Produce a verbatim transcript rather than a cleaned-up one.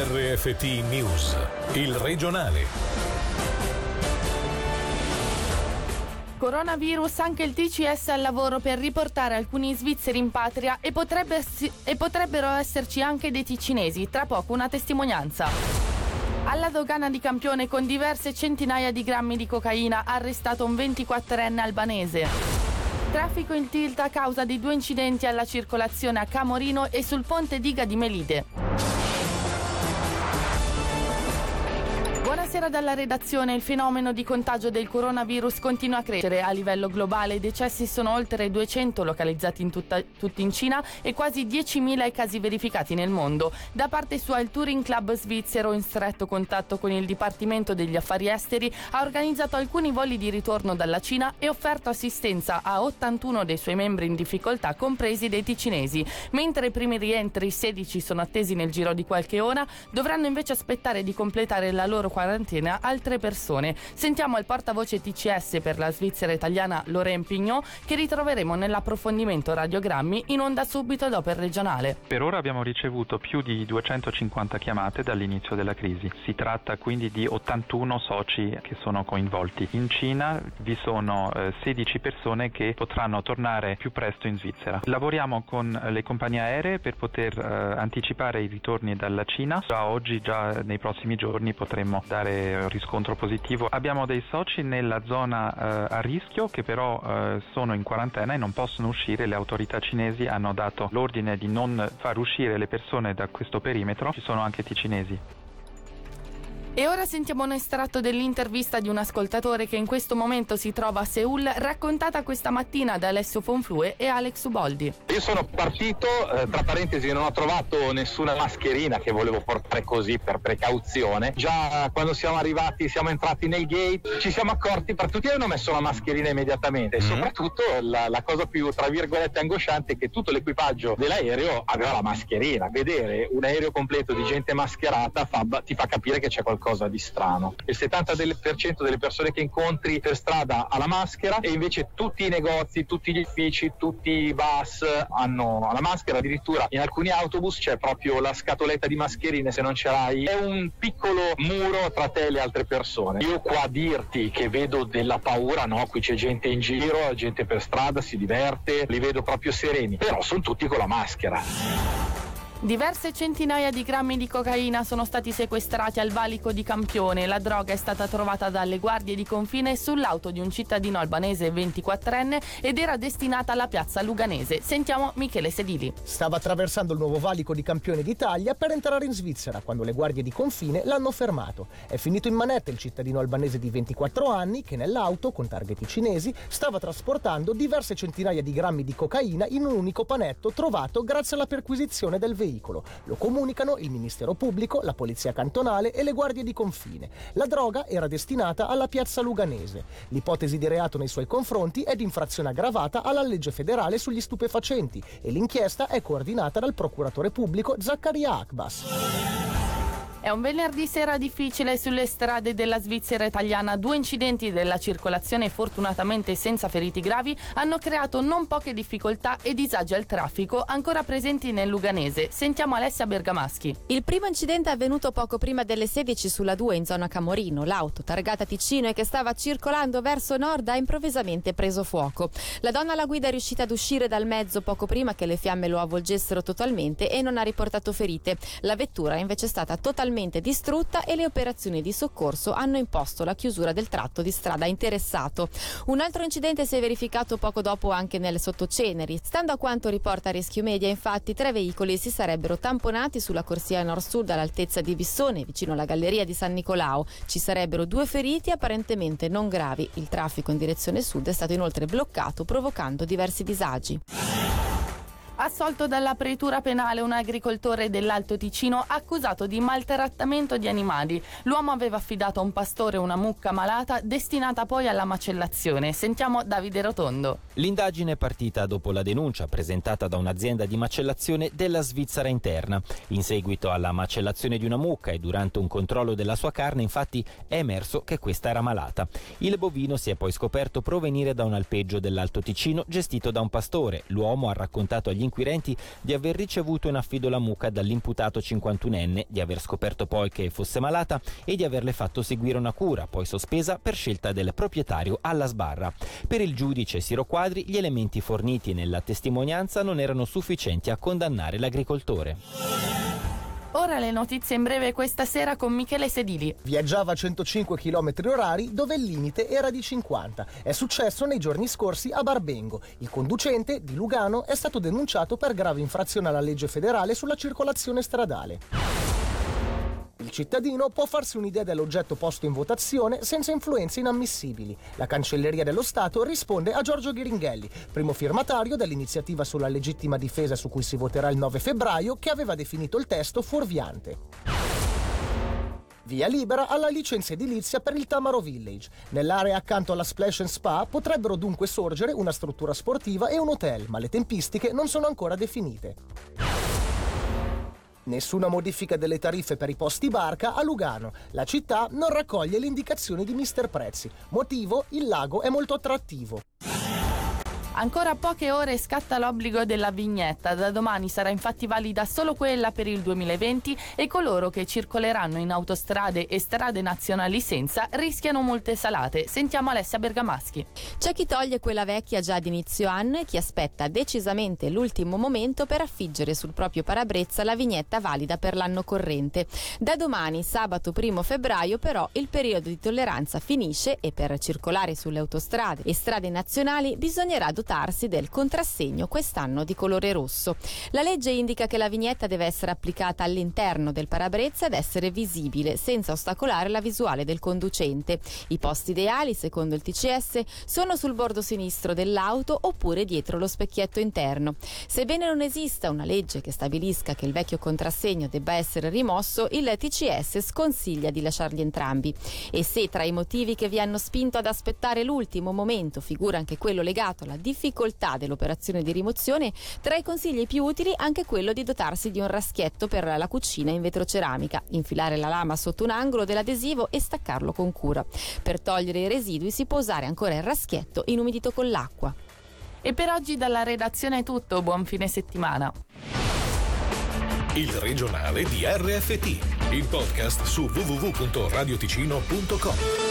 R F T News, il regionale. Coronavirus, anche il T C S al lavoro per riportare alcuni svizzeri in patria e, potrebbe, e potrebbero esserci anche dei ticinesi. Tra poco una testimonianza. Alla dogana di Campione con diverse centinaia di grammi di cocaina, arrestato un ventiquattrenne albanese. Traffico in tilt a causa di due incidenti alla circolazione a Camorino e sul ponte Diga di Melide. Buonasera dalla redazione. Il fenomeno di contagio del coronavirus continua a crescere a livello globale. I decessi sono oltre duecento localizzati in tutta, tutti in Cina e quasi diecimila i casi verificati nel mondo. Da parte sua il Touring Club svizzero, in stretto contatto con il Dipartimento degli Affari Esteri, ha organizzato alcuni voli di ritorno dalla Cina e offerto assistenza a ottantuno dei suoi membri in difficoltà, compresi dei ticinesi. Mentre i primi rientri, sedici, sono attesi nel giro di qualche ora, dovranno invece aspettare di completare la loro quarantena altre persone. Sentiamo il portavoce T C S per la Svizzera italiana Laurent Pignot, che ritroveremo nell'approfondimento radiogrammi in onda subito dopo il regionale. Per ora abbiamo ricevuto più di duecentocinquanta chiamate dall'inizio della crisi. Si tratta quindi di ottantuno soci che sono coinvolti. In Cina vi sono eh, sedici persone che potranno tornare più presto in Svizzera. Lavoriamo con le compagnie aeree per poter eh, anticipare i ritorni dalla Cina. Già oggi, già nei prossimi giorni potremmo dare riscontro positivo. Abbiamo dei soci nella zona eh, a rischio che però eh, sono in quarantena e non possono uscire. Le autorità cinesi hanno dato l'ordine di non far uscire le persone da questo perimetro. Ci sono anche ticinesi. E ora sentiamo un estratto dell'intervista di un ascoltatore che in questo momento si trova a Seul, raccontata questa mattina da Alessio Fonflue e Alex Uboldi. Io sono partito, eh, tra parentesi non ho trovato nessuna mascherina che volevo portare così per precauzione. Già quando siamo arrivati, siamo entrati nel gate, ci siamo accorti, per tutti hanno messo la mascherina immediatamente e mm-hmm. soprattutto la, la cosa più tra virgolette angosciante è che tutto l'equipaggio dell'aereo aveva la mascherina. Vedere un aereo completo di gente mascherata fa, ti fa capire che c'è qualcosa cosa di strano. Il settanta per cento delle persone che incontri per strada ha la maschera e invece tutti i negozi, tutti gli uffici, tutti i bus hanno la maschera. Addirittura in alcuni autobus c'è proprio la scatoletta di mascherine, se non ce l'hai è un piccolo muro tra te e le altre persone. Io qua a dirti che vedo della paura, no, qui c'è gente in giro, gente per strada, si diverte, li vedo proprio sereni, però sono tutti con la maschera. Diverse centinaia di grammi di cocaina sono stati sequestrati al valico di Campione. La droga è stata trovata dalle guardie di confine sull'auto di un cittadino albanese ventiquattrenne ed era destinata alla piazza Luganese. Sentiamo Michele Sedili. Stava attraversando il nuovo valico di Campione d'Italia per entrare in Svizzera quando le guardie di confine l'hanno fermato. È finito in manetta il cittadino albanese di ventiquattro anni che nell'auto, con targhe cinesi, stava trasportando diverse centinaia di grammi di cocaina in un unico panetto trovato grazie alla perquisizione del veicolo. Lo comunicano il Ministero Pubblico, la Polizia Cantonale e le guardie di confine. La droga era destinata alla piazza Luganese. L'ipotesi di reato nei suoi confronti è di infrazione aggravata alla legge federale sugli stupefacenti e l'inchiesta è coordinata dal procuratore pubblico Zaccaria Akbas. È un venerdì sera difficile sulle strade della Svizzera italiana. Due incidenti della circolazione, fortunatamente senza feriti gravi, hanno creato non poche difficoltà e disagi al traffico ancora presenti nel Luganese. Sentiamo Alessia Bergamaschi. Il primo incidente è avvenuto poco prima delle sedici sulla due in zona Camorino. L'auto, targata Ticino e che stava circolando verso nord, ha improvvisamente preso fuoco. La donna alla guida è riuscita ad uscire dal mezzo poco prima che le fiamme lo avvolgessero totalmente e non ha riportato ferite. La vettura è invece stata totalmente distrutta e le operazioni di soccorso hanno imposto la chiusura del tratto di strada interessato. Un altro incidente si è verificato poco dopo anche nelle Sottoceneri. Stando a quanto riporta Rescue Media, infatti, tre veicoli si sarebbero tamponati sulla corsia nord-sud all'altezza di Vissone, vicino alla galleria di San Nicolao. Ci sarebbero due feriti apparentemente non gravi. Il traffico in direzione sud è stato inoltre bloccato, provocando diversi disagi. Assolto dalla pretura penale un agricoltore dell'Alto Ticino accusato di maltrattamento di animali. L'uomo aveva affidato a un pastore una mucca malata destinata poi alla macellazione. Sentiamo Davide Rotondo. L'indagine è partita dopo la denuncia presentata da un'azienda di macellazione della Svizzera interna. In seguito alla macellazione di una mucca e durante un controllo della sua carne, infatti, è emerso che questa era malata. Il bovino si è poi scoperto provenire da un alpeggio dell'Alto Ticino gestito da un pastore. L'uomo ha raccontato agli inquirenti di aver ricevuto in affido la mucca dall'imputato cinquantunenne, di aver scoperto poi che fosse malata e di averle fatto seguire una cura, poi sospesa per scelta del proprietario alla sbarra. Per il giudice Siro Quadri gli elementi forniti nella testimonianza non erano sufficienti a condannare l'agricoltore. Ora le notizie in breve questa sera con Michele Sedili. Viaggiava a centocinque chilometri orari dove il limite era di cinquanta. È successo nei giorni scorsi a Barbengo. Il conducente, di Lugano, è stato denunciato per grave infrazione alla legge federale sulla circolazione stradale. Il cittadino può farsi un'idea dell'oggetto posto in votazione senza influenze inammissibili. La Cancelleria dello Stato risponde a Giorgio Ghiringhelli, primo firmatario dell'iniziativa sulla legittima difesa su cui si voterà il nove febbraio, che aveva definito il testo fuorviante. Via libera alla licenza edilizia per il Tamaro Village. Nell'area accanto alla Splash and Spa potrebbero dunque sorgere una struttura sportiva e un hotel, ma le tempistiche non sono ancora definite. Nessuna modifica delle tariffe per i posti barca a Lugano. La città non raccoglie le indicazioni di mister Prezzi. Motivo? Il lago è molto attrattivo. Ancora poche ore scatta l'obbligo della vignetta. Da domani sarà infatti valida solo quella per il duemilaventi e coloro che circoleranno in autostrade e strade nazionali senza rischiano multe salate. Sentiamo Alessia Bergamaschi. C'è chi toglie quella vecchia già ad inizio anno e chi aspetta decisamente l'ultimo momento per affiggere sul proprio parabrezza la vignetta valida per l'anno corrente. Da domani, sabato primo febbraio, però il periodo di tolleranza finisce e per circolare sulle autostrade e strade nazionali bisognerà dotarsi del contrassegno quest'anno di colore rosso. La legge indica che la vignetta deve essere applicata all'interno del parabrezza ed essere visibile senza ostacolare la visuale del conducente. I posti ideali, secondo il T C S, sono sul bordo sinistro dell'auto oppure dietro lo specchietto interno. Sebbene non esista una legge che stabilisca che il vecchio contrassegno debba essere rimosso, il T C S sconsiglia di lasciarli entrambi. E se tra i motivi che vi hanno spinto ad aspettare l'ultimo momento figura anche quello legato alla difficoltà dell'operazione di rimozione, tra i consigli più utili anche quello di dotarsi di un raschietto per la cucina in vetroceramica, infilare la lama sotto un angolo dell'adesivo e staccarlo con cura. Per togliere i residui si può usare ancora il raschietto inumidito con l'acqua. E per oggi dalla redazione è tutto, buon fine settimana. Il regionale di R F T, il podcast su w w w punto radioticino punto com.